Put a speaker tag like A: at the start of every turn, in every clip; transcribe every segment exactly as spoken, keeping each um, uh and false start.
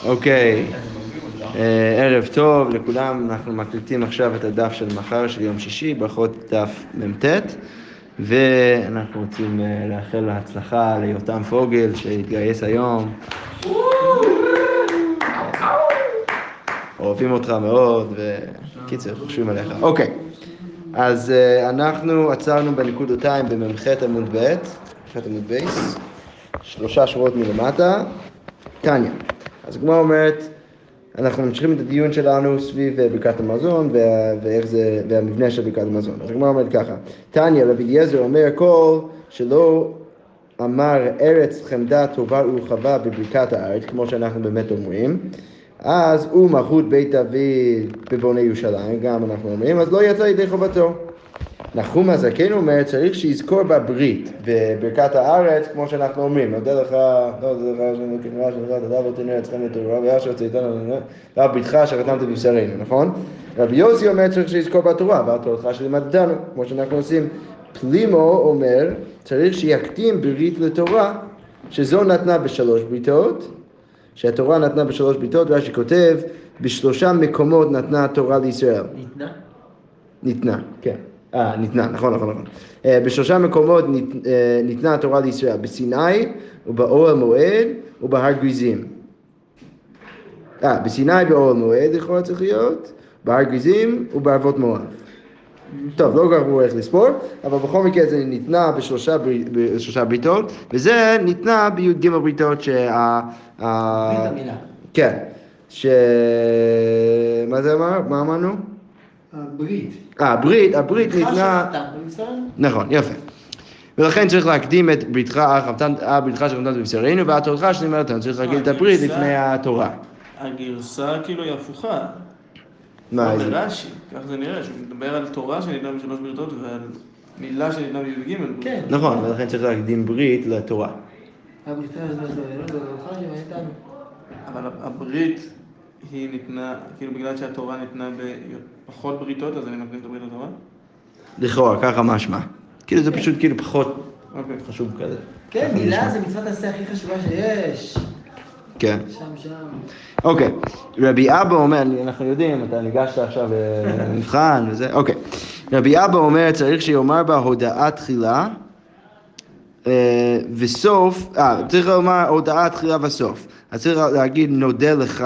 A: אוקיי, ערב טוב לכולם, אנחנו מקליטים עכשיו את הדף של מחר של יום שישי, ברכות דף מ"ט, ואנחנו רוצים לאחל להצלחה ליותם פוגל שהתגייס היום. אוהבים אותך מאוד, וקיצר, חושבים עליך. אוקיי, אז אנחנו עצרנו בנקודותיים במ"ח עמוד ב', מ"ח עמוד בייס, שלושה שורות מלמטה, תניא. אז כמו אומרת, אנחנו ממשיכים את הדיון שלנו סביב ברכת המזון ואיך זה, והמבנה של ברכת המזון. אז כמו אומרת ככה, תניא, רבי אליעזר אומר כל שלא אמר ארץ חמדה טובה ורחבה בברכת הארץ, כמו שאנחנו באמת אומרים, אז הוא מלכות בית דוד בבוני ירושלים, גם אנחנו אומרים, אז לא יצא ידי חובתו. נחום הזקן אומר, צריך שיזכור בברית בברכת הארץ, כמו שאנחנו אומרים, נודה לך, נודה לך, שנקרא שלך, תדע ותנר אצלכם לתורה, ואשר צייתנו, והבריתך שחתמת בבשרנו, נכון? רבי יוסי אומר, צריך שיזכור בתורה, והתורתך שלימדתנו, כמו שאנחנו עושים. פלימו אומר, צריך שיקדים ברית לתורה, שזו נתנה בשלוש בריתות, שהתורה נתנה בשלוש בריתות, רש"י כותב, בשלושה מקומות נתנה התורה לישראל.
B: ניתנה?
A: ניתנה, כן. אה, ניתנה, נכון, נכון, נכון. בשלושה מקומות ניתנה התורה לישראל, בסיני ובאוהל מועד ובהר גריזים. אה, בסיני באוהל מועד יכול צריך להיות, בהר גריזים ובערבות מואב. טוב, לא כל כך ברור איך לספור, אבל בכל מקרה זה ניתנה בשלושה, בשלושה בריתות, וזה ניתנה בי"ג בריתות שה...
B: ברית המילה.
A: כן, ש... מה זה אמר? מה אמרנו?
B: הברית.
A: אה, הברית, הברית ניתנה... נכון, יפה. ולכן צריך להקדים את בריתך, הבריתך שחתמת בבשרנו, והתורתך שלימדתנו, צריך להגיד את הברית לפני התורה.
C: הגרסה כאילו היא הפוכה.
A: מה?
C: זה רש"י, כך זה נראה, שהוא מדבר על תורה שניתנה בשלוש בריתות ועל מילה שניתנה בי"ג.
B: כן.
A: נכון, ולכן צריך להקדים ברית לתורה.
B: הבריתה הזאת זה אותך שניתנו.
C: אבל הברית היא ניתנה, כאילו בגלל שהתורה ניתנה בפחות בריתות, אז אני מקדים את הברית לתורה?
A: לכאורה, ככה משמע. כאילו זה פשוט כאילו פחות חשוב כזה.
B: כן, מילה זה מצוות עשה הכי חשובה שיש.
A: כן.
B: שם, שם.
A: אוקיי, רבי אבא אומר, אנחנו יודעים, אתה ניגשת עכשיו למבחן וזה, אוקיי. רבי אבא אומר, צריך שיאמר בה הודעה תחילה וסוף, אה, צריך לומר הודעה תחילה וסוף. אז צריך להגיד נודה לך,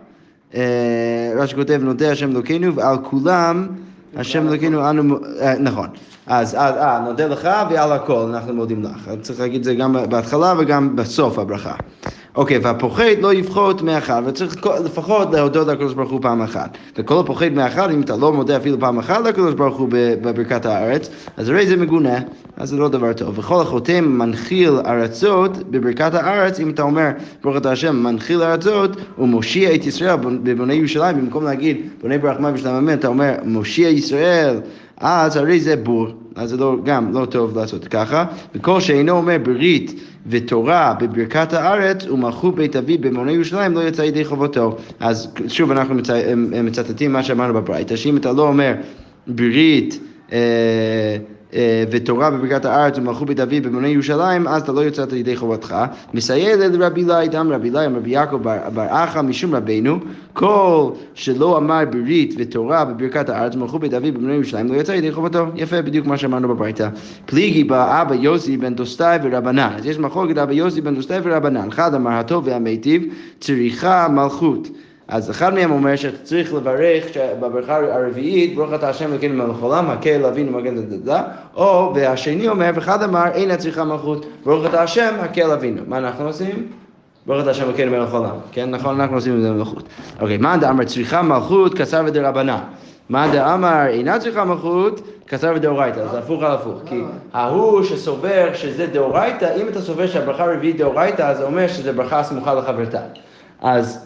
A: רש"י כותב נודה השם אלוקינו ועל כולם השם אלוקינו אנו, נכון. אז אה, נודה לך ועל הכל אנחנו מודים לך. אז צריך להגיד את זה גם בהתחלה וגם בסוף הברכה. אוקיי, והפוחד לא יפחות מאחד, וצריך לפחות להודות לקדוש ברוך הוא פעם אחת. וכל הפוחד מאחד, אם אתה לא מודה אפילו פעם אחת לקדוש ברוך הוא בברכת הארץ, אז הרי זה מגונה, אז זה לא דבר טוב. וכל החותם מנחיל ארצות בברכת הארץ, אם אתה אומר ברוך אתה השם מנחיל ארצות, הוא מושיע את ישראל בבוני ירושלים, במקום להגיד בוני ברחמה ושלום אמן, אתה אומר מושיע ישראל, אז הרי זה בור, אז זה לא, גם לא טוב לעשות ככה. וכל שאינו אומר ברית ותורה בברכת הארץ ומלכות בית אבי בבוני ירושלים לא יצא ידי חובתו. אז שוב אנחנו מצטטים מה שאמרנו בברייתא, שאם אתה לא אומר ברית אה, ותורה בברכת הארץ ומלכות בית אבי בבוני ירושלים, אז אתה לא יוצאת ידי חובתך. מסייע לרבי אליי, דם רבי אליי, רבי יעקב בר אחא משום רבינו, כל שלא אמר ברית ותורה בברכת הארץ ומלכות בית אבי בבוני ירושלים לא יצא ידי חובתו. יפה, בדיוק מה שאמרנו בברייתא. פליגי באבא יוסי בן דוסתאי ורבנן. אז יש מחלוקת אבא יוסי בן דוסתאי ורבנן. אחד אמר הטוב והמיטיב צריכה מלכות. אז אחד מהם אומר שאתה צריך לברך בברכה הרביעית, ברוך אתה השם אלוקינו מלך העולם, הקל אבינו מגן דדדה, או, והשני אומר, ואחד אמר, אין צריכה מלכות, ברוך אתה השם, הקל אבינו. מה אנחנו עושים? ברוך אתה השם אלוקינו מלך העולם. כן, נכון, אנחנו עושים את זה מלכות. אוקיי, מה דאמר צריכה מלכות, כסר ודרבנן. מה דאמר אינה צריכה מלכות, כסר ודאורייתא. אז הפוך על הפוך. כי ההוא שסובר שזה דאורייתא, אם אתה סובר שהברכה הרביעית דאורייתא, אז זה אומר שזה ברכה סמוכה לחברתה. אז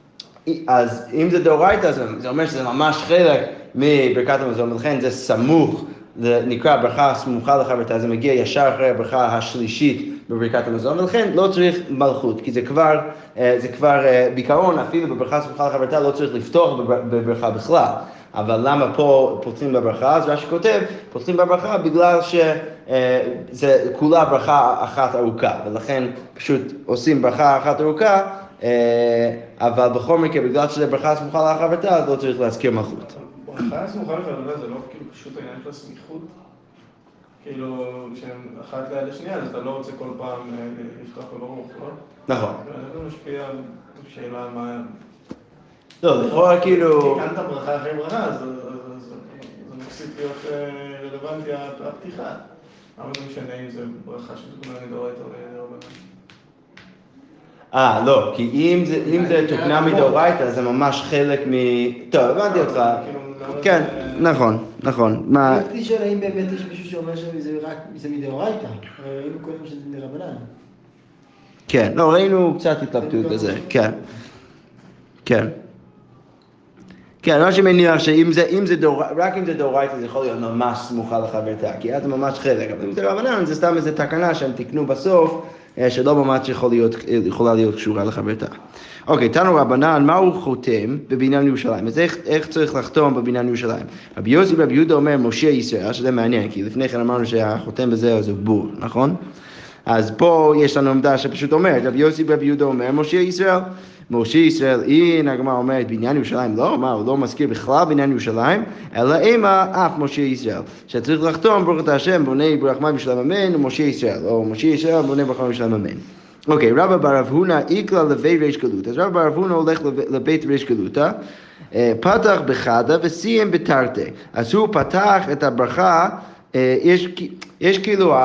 A: אז אם זה דאורייתא, זה אומר שזה ממש חלק מברכת המזון, ולכן זה סמוך, זה נקרא ברכה סמוכה לחברתה, זה מגיע ישר אחרי הברכה השלישית בברכת המזון, ולכן לא צריך מלכות, כי זה כבר, זה כבר בעיקרון, אפילו בברכה סמוכה לחברתה לא צריך לפתוח בברכה בכלל. אבל למה פה פותחים בברכה? אז רש"י כותב, פותחים בברכה בגלל שזה כולה ברכה אחת ארוכה, ולכן פשוט עושים ברכה אחת ארוכה, אבל בכל מקרה, בגלל שזה ברכה סמוכה לחברתה, אז לא צריך להזכיר מלכות.
C: ברכה סמוכה לחברתה זה לא כאילו פשוט העניין של הסמיכות? כאילו, שהן אחת ליד השנייה, אז אתה לא רוצה כל פעם לפתוח ולרוך, לא?
A: נכון.
C: זה משפיע על שאלה מה...
A: לא, זה יכול כאילו...
C: כי כאן את הברכה אחרי ברכה, אז זה מפסיק להיות רלוונטי הפתיחה. למה זה משנה אם זה ברכה שתוקנה מדאורייתא או מדרבנן?
A: אה, לא, כי אם זה תוקנה מדאורייתא, זה ממש חלק מ... טוב, הבנתי אותך. כן, נכון, נכון.
B: רציתי לשאול האם באמת יש מישהו שאומר שזה רק, זה מדאורייתא, ראינו קודם שזה מדרבנן.
A: כן, לא, ראינו קצת התלבטות בזה, כן. כן. כן, מה שמניח שאם זה, אם זה דור, רק אם זה דאורייתא זה יכול להיות ממש סמוכה לחברתה, כי אז זה ממש חלק, אבל אם זה רבנן זה סתם איזו תקנה שהם תקנו בסוף, שלא ממש יכול להיות, יכולה להיות קשורה לחברתה. אוקיי, תנו רבנן, מהו חותם בבניין ירושלים? אז איך, איך צריך לחתום בבניין ירושלים? רבי יוסי ורבי יהודה אומר משה ישראל, שזה מעניין, כי לפני כן אמרנו שהחותם בזה זה בור, נכון? אז פה יש לנו עמדה שפשוט אומרת, רבי יוסי ורבי יהודה אומר משה ישראל, משה ישראל, הנה הגמרא אומרת בניין ירושלים, לא, מה, הוא לא מזכיר בכלל בניין ירושלים, אלא אימה אף משה ישראל, שצריך לחתום ברוך אתה השם בוני ברחמה בשלם אמן ומשה ישראל, או משה ישראל בוני ברחמה בשלם אמן. אוקיי, רבא בר רב הונא איקלה לבי ריש גלותא, אז רבא בר רב הונא הולך לבית ריש גלותא, פתח בחדה וסיים בתרתי, אז הוא פתח את הברכה, יש, יש כאילו,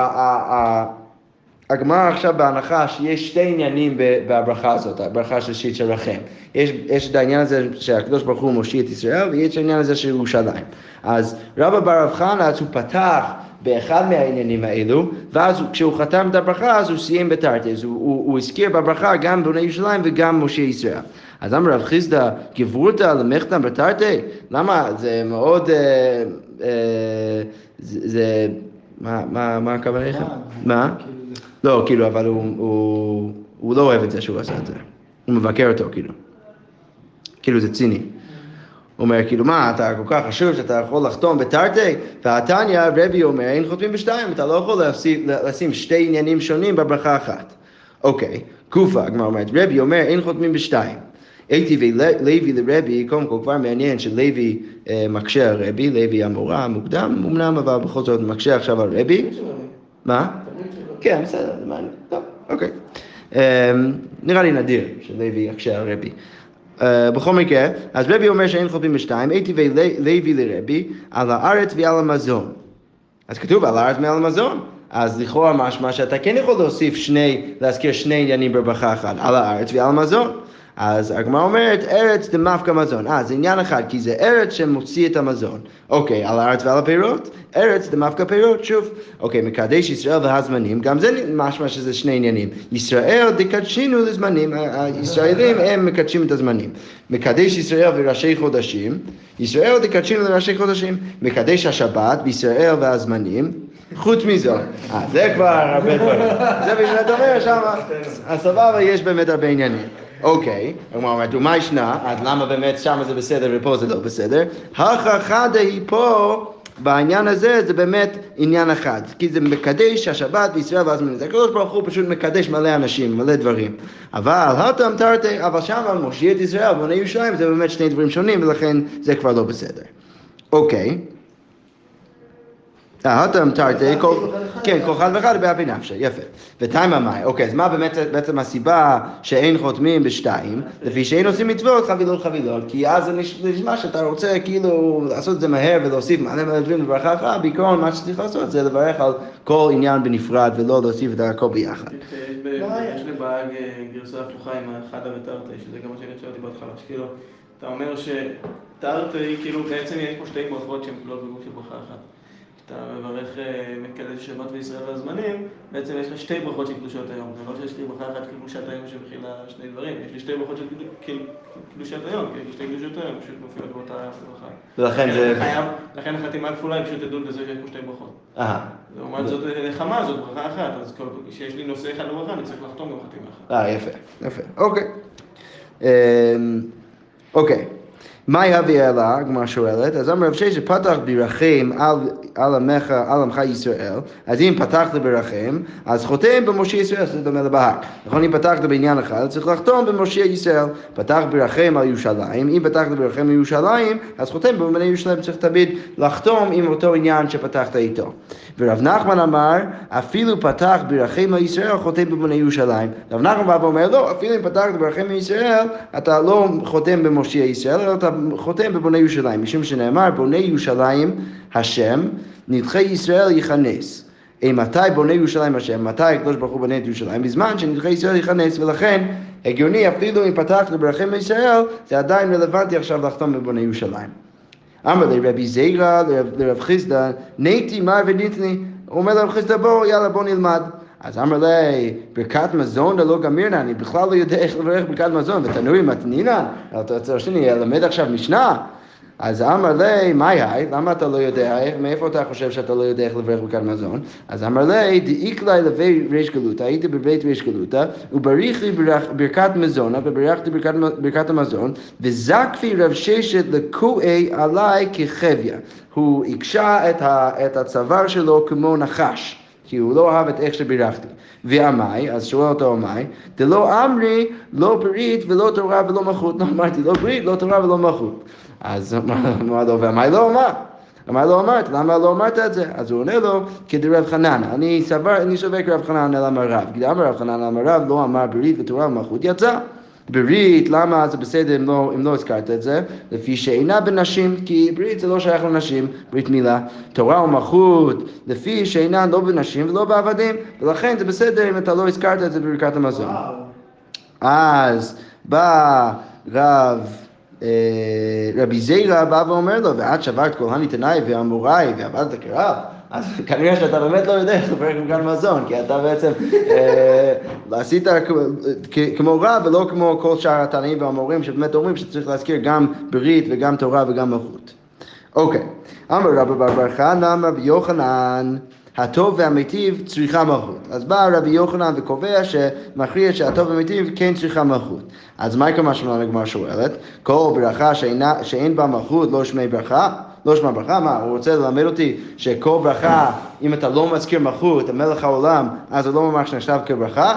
A: הגמרא עכשיו בהנחה שיש שתי עניינים בברכה הזאת, הברכה השלישית שלכם. יש, יש את העניין הזה שהקדוש ברוך הוא מושיע את ישראל, ויש את העניין הזה של ירושלים. אז רבא בר רב חנא, אז הוא פתח באחד מהעניינים האלו, ואז כשהוא חתם את הברכה, אז הוא סיים בתרתי, אז הוא, הוא, הוא הזכיר בברכה גם בוני ירושלים וגם משה ישראל. אז אמר רב חיסדא, גברותא למחתם בתרתי? למה? זה מאוד... אה, אה, זה, זה, מה, מה, מה הכוונה לכם? מה? לא, כאילו, אבל הוא, הוא, הוא לא אוהב את זה שהוא עשה את זה. הוא מבקר אותו, כאילו. כאילו, זה ציני. הוא אומר, כאילו, מה, אתה כל כך חשוב שאתה יכול לחתום בתרתי? והתניא, רבי אומר, אין חותמים בשתיים, אתה לא יכול לשים, לשים שתי עניינים שונים בברכה אחת. אוקיי, קופה, הגמרא אומרת, רבי אומר, אין חותמים בשתיים. הייתי ולוי לרבי, קודם כל כבר מעניין שלוי אה, מקשה על רבי, לוי המורה המוקדם, אמנם, אבל בכל זאת מקשה עכשיו על רבי. מה? כן, בסדר, זה מעניין. טוב, אוקיי. נראה לי נדיר שלוי יקשה על רבי. בכל מקרה, אז רבי אומר שאין חותמים בשתיים, הייתי ולוי לרבי על הארץ ועל המזון. אז כתוב על הארץ ועל המזון. אז לכאורה משמע שאתה כן יכול להוסיף שני, להזכיר שני עניינים בברכה אחת, על הארץ ועל המזון. אז הגמרא אומרת, ארץ דמפקא מזון. אה, זה עניין אחד, כי זה ארץ שמוציא את המזון. אוקיי, על הארץ ועל הפירות, ארץ דמפקא פירות, שוב. אוקיי, מקדש ישראל והזמנים, גם זה משמע שזה שני עניינים. ישראל דקדשינו לזמנים, הישראלים הם מקדשים את הזמנים. מקדש ישראל וראשי חודשים, ישראל דקדשינו לראשי חודשים. מקדש השבת בישראל והזמנים, חוץ מזו. אה, זה כבר הרבה דברים. זה באמת אומר שם, הסבבה יש באמת הרבה עניינים. אוקיי, הגמרא אומרת, ומה ישנה? אז למה באמת שם זה בסדר ופה זה לא בסדר? החכדה היא פה, בעניין הזה זה באמת עניין אחד, כי זה מקדש השבת בישראל והזמנים. זה הקדוש ברוך הוא פשוט מקדש מלא אנשים, מלא דברים. אבל התם תרתי, אבל שם על מושיע את ישראל ובוני ירושלים, זה באמת שני דברים שונים, ולכן זה כבר לא בסדר. אוקיי. התם תרתי, כן, כל אחד ואחד באפי נפשי, יפה. ותימה מאי, אוקיי, אז מה באמת בעצם הסיבה שאין חותמים בשתיים? לפי שאין עושים מצוות חבילות חבילות, כי אז זה נשמע שאתה רוצה כאילו לעשות את זה מהר ולהוסיף מלא מלא דברים לברכה אחת, בעיקרון מה שצריך לעשות זה לברך על כל עניין בנפרד ולא להוסיף את הכל ביחד.
C: יש לי בעיה גרסה הפוכה עם החדה ותרתי, שזה גם מה שאני חשבתי בהתחלה, שכאילו, אתה אומר שתרתי, כאילו בעצם יש פה שתי ברכות שהן כלולות בגוף של ברכה אחת. אתה מברך מקדש שבת וישראל והזמנים, בעצם יש לי שתי ברכות של קדושת היום. זה לא שיש לי ברכה אחת קדושת היום שמכילה שני דברים, יש לי שתי ברכות של קדושת היום, כי יש לי שתי קדושות היום, פשוט מופיעות באותה ברכה.
A: ולכן זה...
C: לכן החתימה הכפולה היא פשוט תדון בזה שיש פה שתי ברכות.
A: אה.
C: לעומת זאת נחמה, זאת ברכה אחת, אז כשיש לי נושא אחד לברכה, אני צריך לחתום גם חתימה אחת.
A: אה, יפה, יפה. אוקיי. אוקיי. מה יביא אלה, הגמרא שואלת, אז אמר רב ששת פתח ברחם על, על עמך, על עמך ישראל, אז אם פתחת ברחם, אז חותם במשה ישראל, זה דומה לבהר. נכון, אם פתחת בעניין אחד, צריך לחתום במשה ישראל, פתח ברחם על ירושלים, אם פתחת ברחם על ירושלים, אז חותם בבני ירושלים, צריך תמיד לחתום עם אותו עניין שפתחת איתו. ורב נחמן אמר, אפילו פתח ברחם על ישראל, חותם בבני ירושלים. רב נחמן בא ואומר, לא, אפילו אם פתחת ברחם על ישראל, אתה לא חותם במשה ישראל, אלא אתה חותם בבני ירושלים, משום שנאמר, בני ירושלים השם, נדחי ישראל יכנס. מתי בני ירושלים השם, מתי הקדוש ברוך הוא בנה את ירושלים? בזמן שנדחי ישראל יכנס, ולכן הגיוני, אפילו אם פתחת ברחם ישראל, זה עדיין רלוונטי עכשיו לחתום בבני ירושלים. אמר לרבי זירא, לרב חיסדא, נתי מר וניתני, הוא אומר לרב חיסדא, בוא, יאללה, בוא נלמד. אז אמר לי, ברכת מזון לא גמירנה, אני בכלל לא יודע איך לברך ברכת מזון, ותנורי מתנינן, אתה רוצה שאני אלמד עכשיו משנה? אז אמר לי, מה היא? למה אתה לא יודע? מאיפה אתה חושב שאתה לא יודע איך לברך ברכת מזון? אז אמר לי, דאיק לי לבי ריש גלותא, הייתי בבית ריש גלותא, ובריך לי ברכת מזונה, וברכתי ברכת המזון, וזקפי רב ששת לקועי עליי כחביה. הוא הקשה את הצוואר שלו כמו נחש. כי הוא לא אהב את איך שבירכתי. ועמי, אז שואל אותו עמי, דלא אמרי, לא ברית ולא תורה ולא מלכות. לא אמרתי, לא ברית, לא תורה ולא מלכות. אז אמר לו, ועמי לא אמר. אמר לו, אמרת, למה לא אמרת את זה? אז הוא עונה לו, כדרב חנן, אני סבר, אני סובר כרב חנן אל אמר רב. כי אמר רב חנן אל אמר רב, לא אמר ברית ותורה ומלכות, יצא. ברית, למה זה בסדר אם לא, אם לא הזכרת את זה? לפי שאינה בנשים, כי ברית זה לא שייך לנשים, ברית מילה. תורה ומלכות, לפי שאינה לא בנשים ולא בעבדים, ולכן זה בסדר אם אתה לא הזכרת את זה בברכת המזון. אז בא רב, אה, רבי זירא בא ואומר לו, ועד שברת כל הניתנאי ואמוראי ועבדת כרב, אז כנראה שאתה באמת לא יודע איך לברך ברכת מזון, כי אתה בעצם אה, עשית כמו רב ולא כמו כל שאר התנאים והמורים שבאמת אומרים שצריך להזכיר גם ברית וגם תורה וגם מלכות. אוקיי, אמר רבי בר חנא, אמר רבי יוחנן, הטוב והמיטיב צריכה מלכות. אז בא רבי יוחנן וקובע שמכריע שהטוב והמיטיב כן צריכה מלכות. אז מה יקרה משמע לגמרא שואלת? כל ברכה שאינה, שאין בה מלכות לא שמי ברכה? לא שמע ברכה, מה? הוא רוצה ללמד אותי שכל ברכה, אם אתה לא מזכיר מלכות, המלך העולם, אז זה לא ממש נחשב כברכה,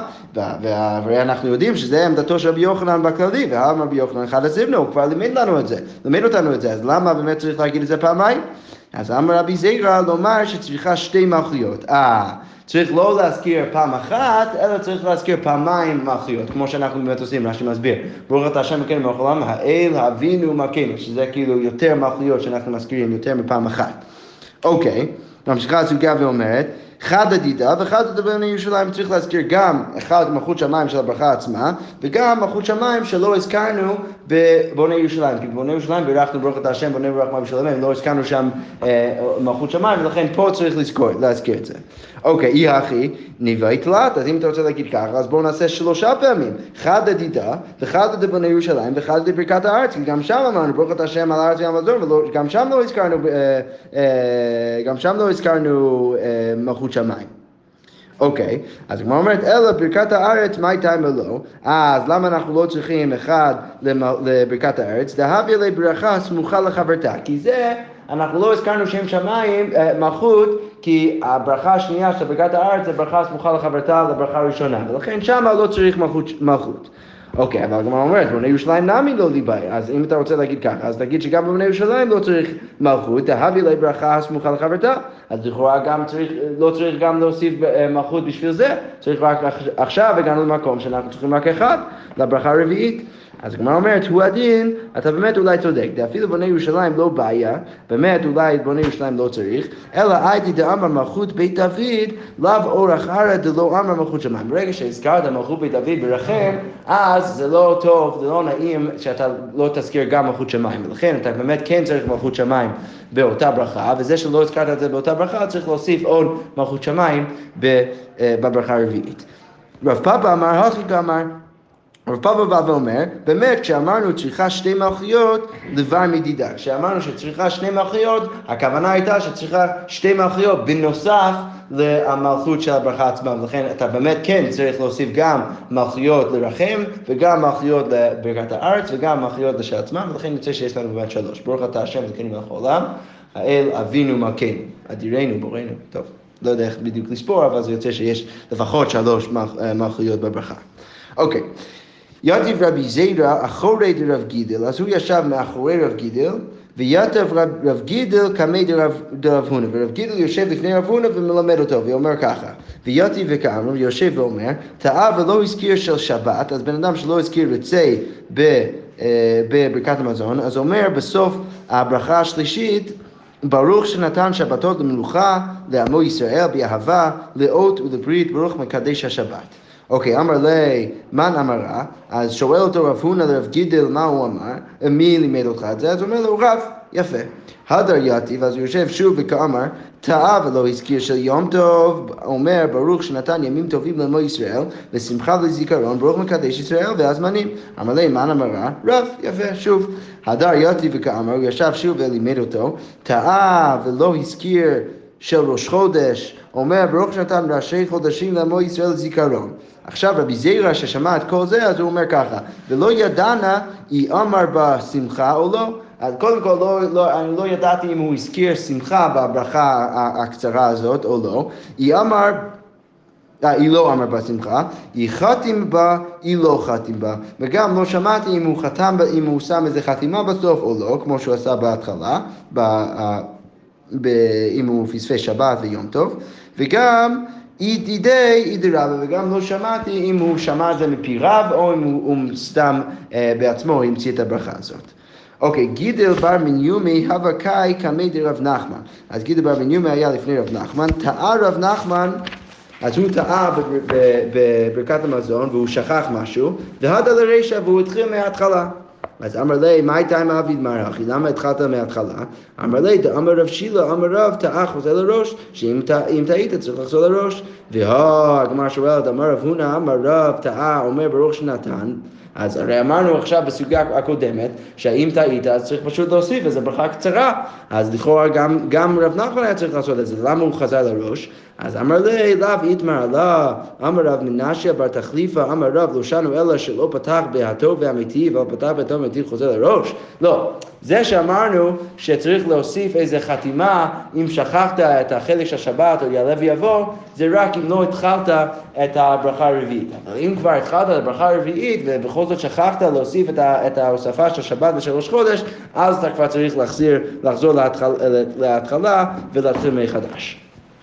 A: ואנחנו יודעים שזה עמדתו של רבי יוחנן בכללי, והאמר רבי יוחנן אחד הסבנו, הוא כבר לימד לנו את זה, לימד אותנו את זה, אז למה באמת צריך להגיד את זה פעמיים? אז אמר רבי זירא לומר שצריכה שתי מלכויות. אה, צריך לא להזכיר פעם אחת, אלא צריך להזכיר פעמיים מלכויות, כמו שאנחנו באמת עושים, רש"י מסביר. ברוך אתה השם אלוקינו מלך העולם, האל, אבינו מלכנו, שזה כאילו יותר מלכויות שאנחנו מזכירים יותר מפעם אחת. אוקיי, ממשיכה הסוגיה ואומרת, חד הדידה וחד בבני ירושלים, צריך להזכיר גם אחד מלכות שמיים של הברכה עצמה, וגם מלכות שמיים שלא הזכרנו בבני ירושלים, כי בבני ירושלים בירכנו ברוך אתה השם, בני ברוך מה בשלמם, לא הזכרנו שם אה, מלכות שמיים, ולכן פה צריך לזכור, להזכיר את זה. אוקיי, אי הכי, נביאי תלת, אז אם אתה רוצה להגיד ככה, אז בואו נעשה שלושה פעמים, חד הדידה, וחד בבני ירושלים, וחד בברכת הארץ, כי גם שם אמרנו, ברוך אתה השם על הארץ ועל המזון, וגם שם לא הזכרנו, אה, אה, גם שם לא הזכרנו אה, מלכות שמיים. אוקיי, אז הגמרא אומרת, אלא ברכת הארץ, מה הייתה אם לא? אז למה אנחנו לא צריכים אחד לברכת הארץ? דהביא לי ברכה סמוכה לחברתה, כי זה, אנחנו לא הזכרנו שם שמיים, מלכות, כי הברכה השנייה של ברכת הארץ זה ברכה סמוכה לחברתה לברכה הראשונה, ולכן שם לא צריך מלכות. מלכות. אוקיי, אבל הגמרא אומרת, בבני ירושלים נמי לא ליבאי, אז אם אתה רוצה להגיד ככה, אז תגיד שגם בבני ירושלים לא צריך מלכות, תהבי לי ברכה סמוכה לחברתה, אז לכאורה גם צריך, לא צריך גם להוסיף מלכות בשביל זה, צריך רק עכשיו הגענו למקום שאנחנו צריכים רק אחד, לברכה הרביעית. אז הגמרא אומרת, הוא הדין, אתה באמת אולי צודק, אפילו בני ירושלים לא בעיה, באמת אולי בני ירושלים לא צריך, אלא הייתי דאמר מלכות בית דוד, לאו אורח ערא דלא אמר מלכות שמיים. ברגע שהזכרת מלכות בית דוד ברחם, אז זה לא טוב, זה לא נעים שאתה לא תזכיר גם מלכות שמיים, ולכן אתה באמת כן צריך מלכות שמיים באותה ברכה, וזה שלא הזכרת את זה באותה ברכה, צריך להוסיף עוד מלכות שמיים בברכה הרביעית. רב פאפא אמר, הלכי כאמר, רב פאפא בא ואומר, באמת כשאמרנו צריכה שתי מלכויות דבר מדידה. כשאמרנו שצריכה שני מלכויות, הכוונה הייתה שצריכה שתי מלכויות בנוסף למלכות של הברכה עצמה. ולכן אתה באמת כן צריך להוסיף גם מלכויות לרחם, וגם מלכויות לברכת הארץ, וגם מלכויות לשל עצמם, ולכן יוצא שיש לנו באמת שלוש. ברוך אתה השם אלוקינו מלך העולם, האל אבינו מלכנו, אדירנו בוראנו. טוב, לא יודע איך בדיוק לספור, אבל זה יוצא שיש לפחות שלוש מלכויות בברכה. אוקיי. יתיב רבי זיירא אחורי דרב גידל, אז הוא ישב מאחורי רב גידל, ויתב רב, רב גידל כמי דרב, דרב הונא, ורב גידל יושב לפני רב הונא ומלמד אותו, ואומר ככה, ויתיב וכאמר, יושב ואומר, טעה ולא הזכיר של שבת, אז בן אדם שלא הזכיר רצי בברכת המזון, אז אומר בסוף הברכה השלישית, ברוך שנתן שבתות למלוכה, לעמו ישראל, באהבה, לאות ולברית, ברוך מקדש השבת. אוקיי, אמר לי, מן אמרה? אז שואל אותו רב הונא לרב גידל, מה הוא אמר? מי לימד אותך את זה? אז הוא אומר לו, רב, יפה. הדר יתיב, אז הוא יושב שוב וכאמר, טעה ולא הזכיר של יום טוב, אומר, ברוך שנתן ימים טובים לעמו ישראל, ושמחה ולזיכרון, ברוך מקדש ישראל והזמנים. אמר לי, מן אמרה? רב, יפה, שוב. הדר יתיב וכאמר, הוא ישב שוב ולימד אותו, טעה ולא הזכיר של ראש חודש, אומר ברוך שנתן ראשי חודשים לעמו ישראל זיכרון. עכשיו רבי זיירא ששמע את כל זה, אז הוא אומר ככה, ולא ידענה היא אמר בה שמחה או לא. אז קודם כל לא, לא, אני לא ידעתי אם הוא הזכיר שמחה בברכה הקצרה הזאת או לא. היא אמר, היא לא אמר בה שמחה, היא חתים בה, היא לא חתים בה. וגם לא שמעתי אם הוא חתם, אם הוא שם איזה חתימה בסוף או לא, כמו שהוא עשה בהתחלה, ב... אם הוא פספס שבת ויום טוב, וגם אידידי אידי רבא, וגם לא שמעתי אם הוא שמע את זה מפי רב, או אם הוא, הוא סתם אה, בעצמו המציא את הברכה הזאת. אוקיי, גידל בר מניומי הווה קאי כמי דרב נחמן. אז גידל בר מניומי היה לפני רב נחמן, טעה רב נחמן, אז הוא טעה בברכת המזון, והוא שכח משהו, והדה לרישא, והוא התחיל מההתחלה. אז אמר לי, מה הייתה עם אביד מרחי? למה התחלת מההתחלה? אמר לי, אמר רב שילה, אמר רב, טעה חוזר לראש, שאם טעית צריך לחזור לראש. והוא, הגמרא שואלת, אמר רב הונא, אמר רב, טעה, אומר ברוך שנתן. אז הרי אמרנו עכשיו בסוגיה הקודמת, שאם טעית, אז צריך פשוט להוסיף, וזו ברכה קצרה. אז לכאורה גם, גם רב נחמן היה צריך לעשות את זה, למה הוא חזר לראש? אז אמר לי, לאו איתמר לה, אמר רב מנשיה בר תחליפה, אמר רב לא שנו אלא שלא פתח בהטוב והאמיתי, אבל פתח בהטוב והאמיתי חוזר לראש. לא, זה שאמרנו שצריך להוסיף איזה חתימה, אם שכחת את החלק של השבת או יעלה ויבוא, זה רק אם לא התחלת את הברכה הרביעית. אבל אם כבר התחלת את הברכה הרביעית, ובכל זאת שכחת להוסיף את, ה, את ההוספה של שבת ושל ראש חודש, אז אתה כבר צריך להחזיר, לחזור להתחל, להתחלה ולהתחיל מחדש.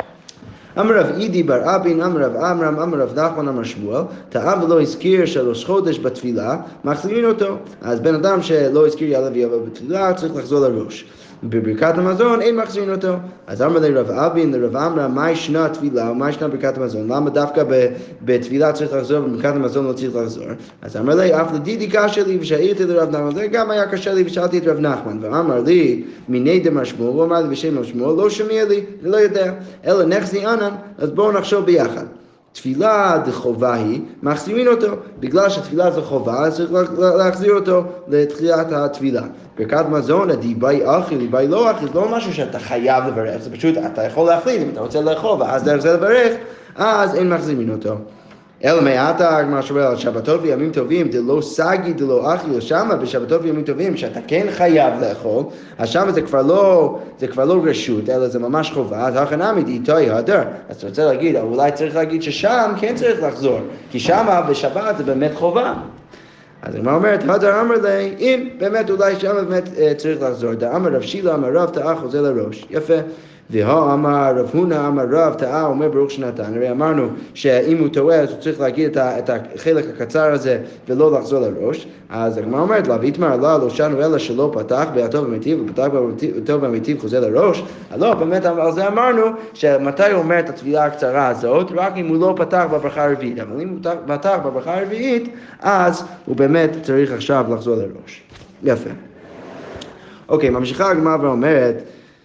A: אמר רב אידי בר אבין, אמר רב אמרם, אמר רב נחמן, אמר שמואל, טעה ולא הזכיר של ראש חודש בתפילה, מחזירים אותו. אז בן אדם שלא הזכיר יעלה ויבוא בתפילה, צריך לחזור לראש. בברכת המזון אין מחזירים אותו. אז אמר לרב אבין, לרב אמרם, מה ישנה התפילה ומה ישנה ברכת המזון? למה דווקא בתפילה צריך לחזור ובברכת המזון לא צריך לחזור? אז אמר לי, אף לדידי קשה לי ושאלתי לרב נחמן, זה גם היה קשה לי ושאלתי את רב נחמן, ואמר לי, מיני דמר שמואל, הוא אמר לי בשם שמואל, לא שמיע לי, אני לא יודע, אלא נחזי ענן, אז בואו נחשוב ביחד. תפילה דחובה היא, מחזירים אותו, בגלל שתפילה זו חובה, אז צריך להחזיר אותו לתחילת התפילה. ברכת מזון, דיבי אחי, דיבי לא אחי, זה לא משהו שאתה חייב לברך, זה פשוט, אתה יכול להחליט, אם אתה רוצה לאכול, ואז דרך זה לברך, אז אין מחזירים אותו. אלא מעתה, הגמרא שואלת, שבתות וימים טובים, דלא סגי, דלא אחי, לשמה, בשבתות וימים טובים, שאתה כן חייב לאכול, אז שמה זה כבר לא, זה כבר לא רשות, אלא זה ממש חובה, אז הכנה מדעיתוי הדר. אז אתה רוצה להגיד, אולי צריך להגיד ששם כן צריך לחזור, כי שמה בשבת זה באמת חובה. אז הגמרא אומרת, הדר אמר לי, אם באמת אולי שמה באמת צריך לחזור, דאמר רב שילה, אמר רב, טעה חוזר לראש. יפה. והוא אמר, רב הונא אמר רב, טעה, אומר ברוך שנתן. הרי אמרנו שאם הוא טועה, אז הוא צריך להגיד את החלק הקצר הזה ולא לחזור לראש. אז הגמרא אומרת, לאו איתמר לה, לא שנו אלא שלא פתח בהטוב והמיטיב, ופתח בהטוב והמיטיב חוזר לראש. לא, באמת על זה אמרנו, שמתי הוא אומר את התפילה הקצרה הזאת, רק אם הוא לא פתח בברכה הרביעית. אבל אם הוא פתח בברכה הרביעית, אז הוא באמת צריך עכשיו לחזור לראש. יפה. אוקיי, ממשיכה הגמרא ואומרת,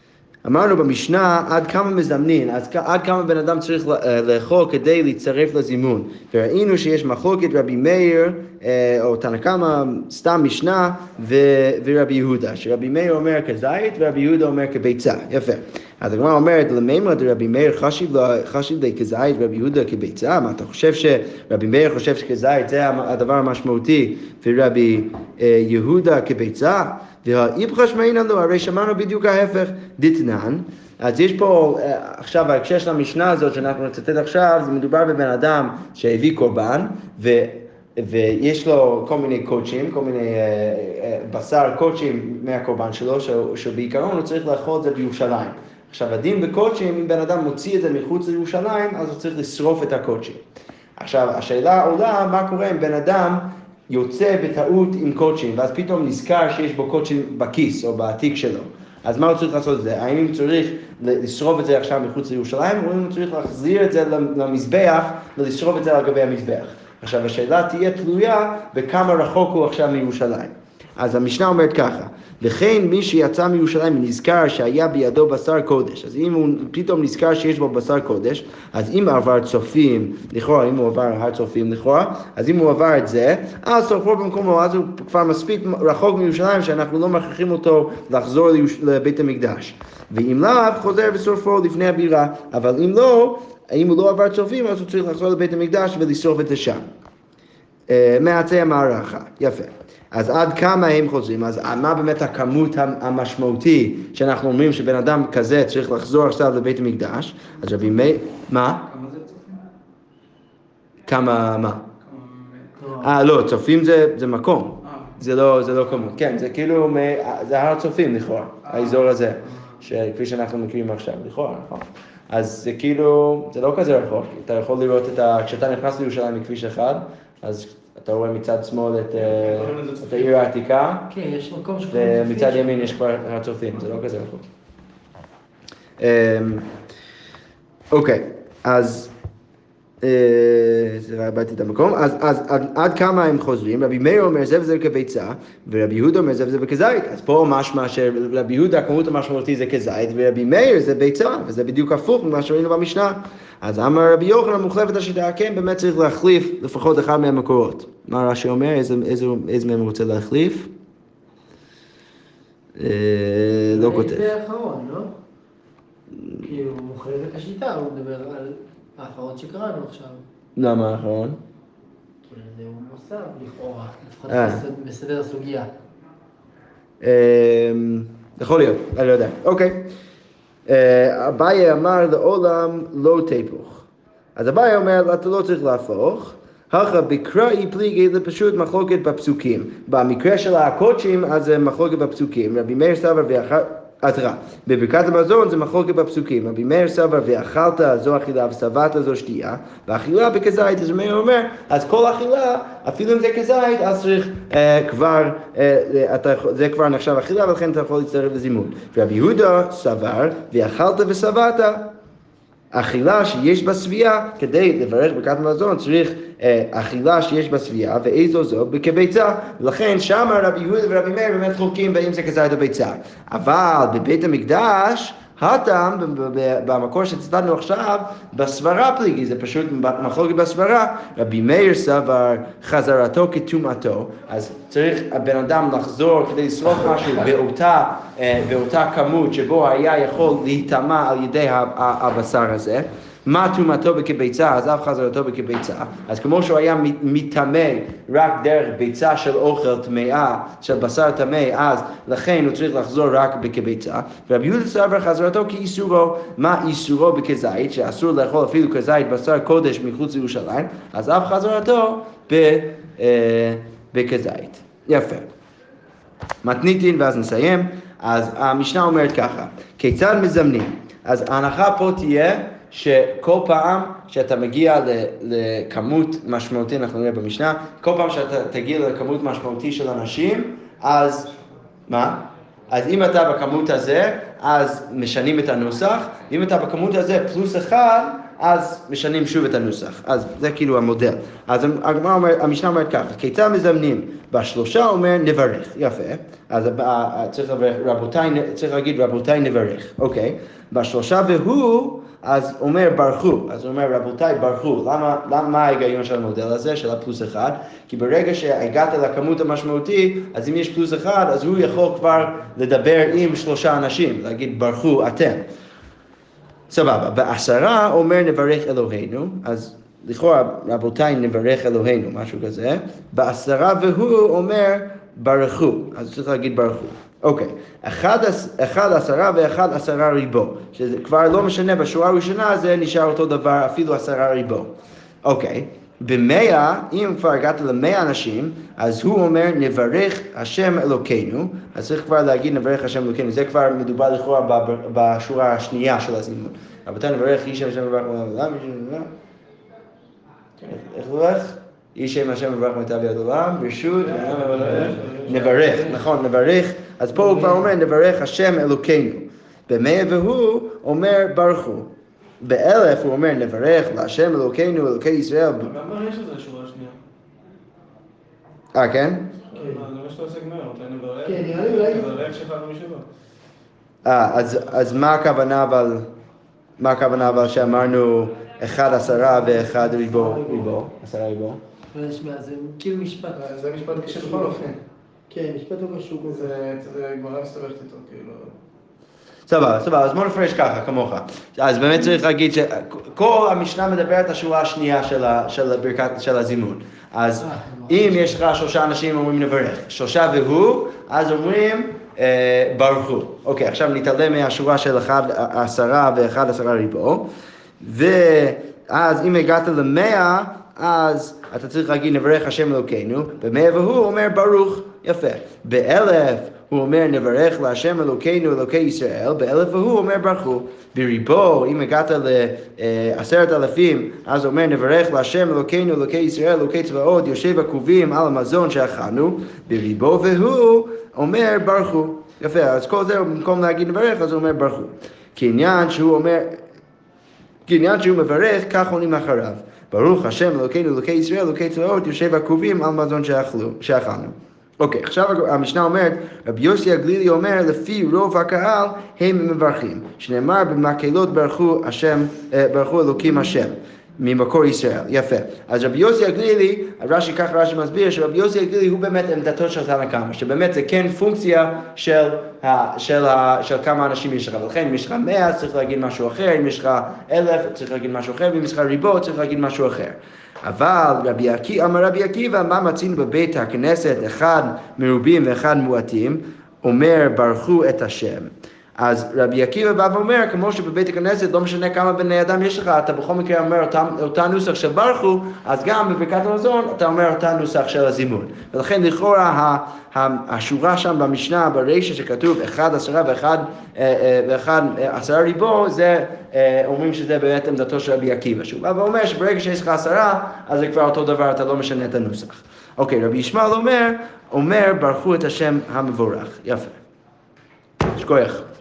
A: אמרנו במשנה עד כמה מזמנין, עד כמה בן אדם צריך לאכול כדי להצטרף לזימון. וראינו שיש מחלוקת רבי מאיר, או תנא קמא, סתם משנה, ורבי יהודה. שרבי מאיר אומר כזית ורבי יהודה אומר כביצה. יפה. אז הגמרא אומרת, למימרא דרבי מאיר חשיב די כזית ורבי יהודה כביצה? מה, אתה חושב שרבי מאיר חושב שכזית זה הדבר המשמעותי ורבי יהודה כביצה? והאיפכא שמעינא לו, הרי שמענו בדיוק ההפך, דתנן. אז יש פה, עכשיו ההקשר של המשנה הזאת שאנחנו נצטט עכשיו, זה מדובר בבן אדם שהביא קורבן, ו... ויש לו כל מיני קודשים, כל מיני בשר קודשים מהקורבן שלו, שבעיקרון הוא צריך לאכול את זה בירושלים. עכשיו, הדין בקודשים, אם בן אדם מוציא את זה מחוץ לירושלים, אז הוא צריך לשרוף את הקודשים. עכשיו, השאלה עולה, מה קורה אם בן אדם יוצא בטעות עם קודשים, ואז פתאום נזכר שיש בו קודשים בכיס או בעתיק שלו. אז מה הוא צריך לעשות את זה? האם הוא צריך לשרוף את זה עכשיו מחוץ לירושלים, או אם הוא צריך להחזיר את זה למזבח ולשרוף את זה על גבי המזבח? עכשיו, השאלה תהיה תלויה בכמה רחוק הוא עכשיו מירושלים. אז המשנה אומרת ככה, וכן מי שיצא מירושלים ונזכר שהיה בידו בשר קודש, אז אם הוא פתאום נזכר שיש בו בשר קודש, אז אם עבר צופים, לכאורה, אם הוא עבר הר צופים לכאורה, אז אם הוא עבר את זה, אז שרפו במקומו, אז הוא כבר מספיק רחוק מירושלים שאנחנו לא מכריחים אותו לחזור לבית המקדש. ואם לאו, חוזר ושרפו לפני הבירה, אבל אם לא, אם הוא לא עבר צופים, אז הוא צריך לחזור לבית המקדש ולשרוף את זה שם. מעצי המערכה, יפה. אז עד כמה הם חוזרים? אז מה באמת הכמות המשמעותי שאנחנו אומרים שבן אדם כזה צריך לחזור עכשיו לבית המקדש? אז רבי מאיר, מה?
C: כמה זה צופים?
A: כמה, מה? אה, לא, צופים זה, זה מקום. זה לא, זה לא כמות. כן, זה כאילו, זה הר צופים לכאורה, האזור הזה, שכפי שאנחנו מכירים עכשיו, לכאורה, נכון. אז זה כאילו, זה לא כזה רחוק. אתה יכול לראות את ה... כשאתה נכנס לירושלים מכביש אחד, אז אתה רואה מצד שמאל את, את העיר העתיקה,
B: כן, יש מקום שכבר...
A: ומצד ימין יש כבר הצופים, זה לא כזה רחוק. אוקיי, אז זה ראיתי את המקום, אז, אז עד, עד כמה הם חוזרים? רבי מאיר אומר זה וזה כביצה, ורבי יהודה אומר זה וזה בכזית. אז פה משמע שרבי יהודה הכמות המשמעותי זה כזית, ורבי מאיר זה ביצה, וזה בדיוק הפוך ממה שראינו במשנה. אז אמר רבי יוחנן מוחלפת השיטה, כן, באמת צריך להחליף לפחות אחד מהמקורות. מה רש"י אומר? איזה, איזה, איזה מהם רוצה להחליף? אה, לא כותב.
B: זה האחרון, לא? כי הוא מוחלפת השיטה, הוא מדבר על האחרון שקראנו עכשיו.
A: למה האחרון?
B: כי זה הוא נוסף לכאורה, לפחות בסדר הסוגיה.
A: יכול להיות, אני לא יודע. אוקיי. אביי אמר לעולם לא תהפוך. אז אביי אומר, אתה לא צריך להפוך. הכא בקראי פליגי זה פשוט מחלוקת בפסוקים. במקרה של הקודשים, אז זה מחלוקת בפסוקים. רבי מאיר סבר ואחר... עתרה. בברכת המזון זה מחלוקת בפסוקים. רבי מאיר סבר ואכלת זו אכילה ושבעת זו שתייה, ואכילה בכזית. אז מאיר אומר, אז כל אכילה, אפילו אם זה כזית, אז צריך אה, כבר, אה, אתה, זה כבר נחשב אכילה, ולכן אתה יכול להצטרף לזימון. ורבי יהודה סבר ואכלת ושבעת. אכילה שיש בה שביעה, כדי לברך ברכת המזון צריך אה, אכילה שיש בה שביעה, ואיזו זו כביצה. ולכן שם רבי יהודה ורבי מאיר באמת חולקים באם זה כזית או ביצה. אבל בבית המקדש, הטעם, במקור שציטטנו עכשיו, בסברה פליגי, זה פשוט מחלוקת בסברה, רבי מאיר סבר חזרתו כטומאתו, אז צריך הבן אדם לחזור כדי לשרוף משהו באותה, באותה כמות שבו היה יכול להיטמע על ידי הבשר הזה. מה טומאתו בכביצה, אז אף חזרתו בכביצה. אז כמו שהוא היה מתטמא רק דרך ביצה של אוכל טמאה, של בשר טמא, אז לכן הוא צריך לחזור רק בכביצה. ורבי יהודה סבר חזרתו כאיסורו. מה איסורו בכזית, שאסור לאכול אפילו כזית בשר קודש מחוץ לירושלים, אז אף חזרתו בכזית. יפה. מתניתין ואז נסיים. אז המשנה אומרת ככה, כיצד מזמנים? אז ההנחה פה תהיה שכל פעם שאתה מגיע לכמות משמעותית, אנחנו נראה במשנה, כל פעם שאתה תגיע לכמות משמעותית של אנשים, אז מה? אז אם אתה בכמות הזה, אז משנים את הנוסח, ואם אתה בכמות הזה פלוס אחד, אז משנים שוב את הנוסח. אז זה כאילו המודל. אז הגמרא אומר, המשנה אומרת ככה, כיצד מזמנים? בשלושה אומר נברך, יפה. אז צריך, רבותיי, צריך להגיד רבותיי נברך, אוקיי. בשלושה והוא, אז אומר ברכו, אז הוא אומר רבותיי ברכו. למה, למה, מה ההיגיון של המודל הזה, של הפלוס אחד? כי ברגע שהגעת לכמות המשמעותי, אז אם יש פלוס אחד, אז הוא יכול כבר לדבר עם שלושה אנשים, להגיד ברכו אתם. סבבה, בעשרה אומר נברך אלוהינו, אז לכאורה רבותיי נברך אלוהינו, משהו כזה. בעשרה והוא אומר ברכו, אז צריך להגיד ברכו. אוקיי, אחד, אחד עשרה ואחד עשרה ריבו, שזה כבר לא משנה, בשורה הראשונה זה נשאר אותו דבר, אפילו עשרה ריבו. אוקיי, במאה, אם כבר הגעת למאה אנשים, אז הוא אומר נברך השם אלוקינו, אז צריך כבר להגיד נברך השם אלוקינו, זה כבר מדובר לכאורה בשורה השנייה של הזימון. רבותיי נברך איש השם מברך מעולם, איך לברך? איש השם מברך מיטב יד עולם, ברשות, נברך, נכון, נברך, אז פה הוא כבר אומר נברך השם אלוקינו, במאה והוא אומר ברכו. באלף הוא אומר נברך להשם אלוקינו אלוקי ישראל.
C: גם בריש הזה שורה שנייה.
A: אה, כן?
C: זה מה שאתה עושה גמר, אתה נברך,
B: כן, נראה לי אולי...
C: נברך שלך במשלו.
A: אה, אז מה הכוונה אבל, מה הכוונה אבל שאמרנו אחד עשרה ואחד ריבו, ריבו, עשרה ריבו?
B: זה כאילו משפט.
C: זה משפט קשה בכל אופן.
B: כן, משפט לא קשור כזה.
C: זה גמרא מסתבכת איתו, כאילו.
A: סבבה, סבבה, אז בוא נפרש ככה, כמוך. אז באמת צריך להגיד שכל המשנה מדברת השורה השנייה של, ה, של, הברכת, של הזימון. אז אם יש לך שלושה אנשים אומרים נברך, שלושה והוא, אז אומרים אה, ברכו. אוקיי, עכשיו נתעלם מהשורה של אחד עשרה ואחד עשרה ריבו, ואז אם הגעת למאה, אז אתה צריך להגיד נברך השם אלוקינו, במאה והוא אומר ברוך, יפה. באלף הוא אומר נברך להשם אלוקינו אלוקי ישראל, באלף והוא אומר ברכו. בריבו, אם הגעת לעשרת אלפים, אז אומר נברך להשם אלוקינו אלוקי ישראל אלוקי צבאות יושב עקובים על המזון שאכלנו, בריבו והוא אומר ברכו. יפה, אז כל זה במקום להגיד נברך, אז הוא אומר ברכו. כעניין שהוא אומר, כעניין שהוא מברך, כך עונים אחריו. ברוך השם אלוקינו אלוקי ישראל אלוקי צבאות יושב עקובים על מזון שאכלנו. אוקיי, עכשיו המשנה אומרת, רבי יוסי הגלילי אומר, לפי רוב הקהל הם מברכים, שנאמר במקהלות ברכו השם, ברכו אלוקים השם, ממקור ישראל, יפה. אז רבי יוסי הגלילי, רש"י כך רש"י מסביר, שרבי יוסי הגלילי הוא באמת עמדתו של תנא קמא, שבאמת זה כן פונקציה של, של, של כמה אנשים יש לך, ולכן אם יש לך מאה צריך להגיד משהו אחר, אם יש לך אלף צריך להגיד משהו אחר, ואם יש לך ריבו צריך להגיד משהו אחר. אבל רבי עקיבא, אמר רבי עקיבא, מה מצינו בבית הכנסת, אחד מרובים ואחד מועטים, אומר ברכו את השם. אז רבי עקיבא בא ואומר, כמו שבבית הכנסת לא משנה כמה בני אדם יש לך, אתה בכל מקרה אומר אותה, אותה נוסח של ברכו, אז גם בברכת המזון אתה אומר אותה נוסח של הזימון. ולכן לכאורה השורה שם במשנה, ברישא שכתוב אחד עשרה ואחד, ואחד עשרה ריבו, זה אומרים שזה באמת עמדתו של רבי עקיבא. שהוא בא ואומר שברגע שיש לך עשרה, אז זה כבר אותו דבר, אתה לא משנה את הנוסח. אוקיי, רבי ישמעאל אומר, אומר ברכו את השם המבורך. יפה. שכוח.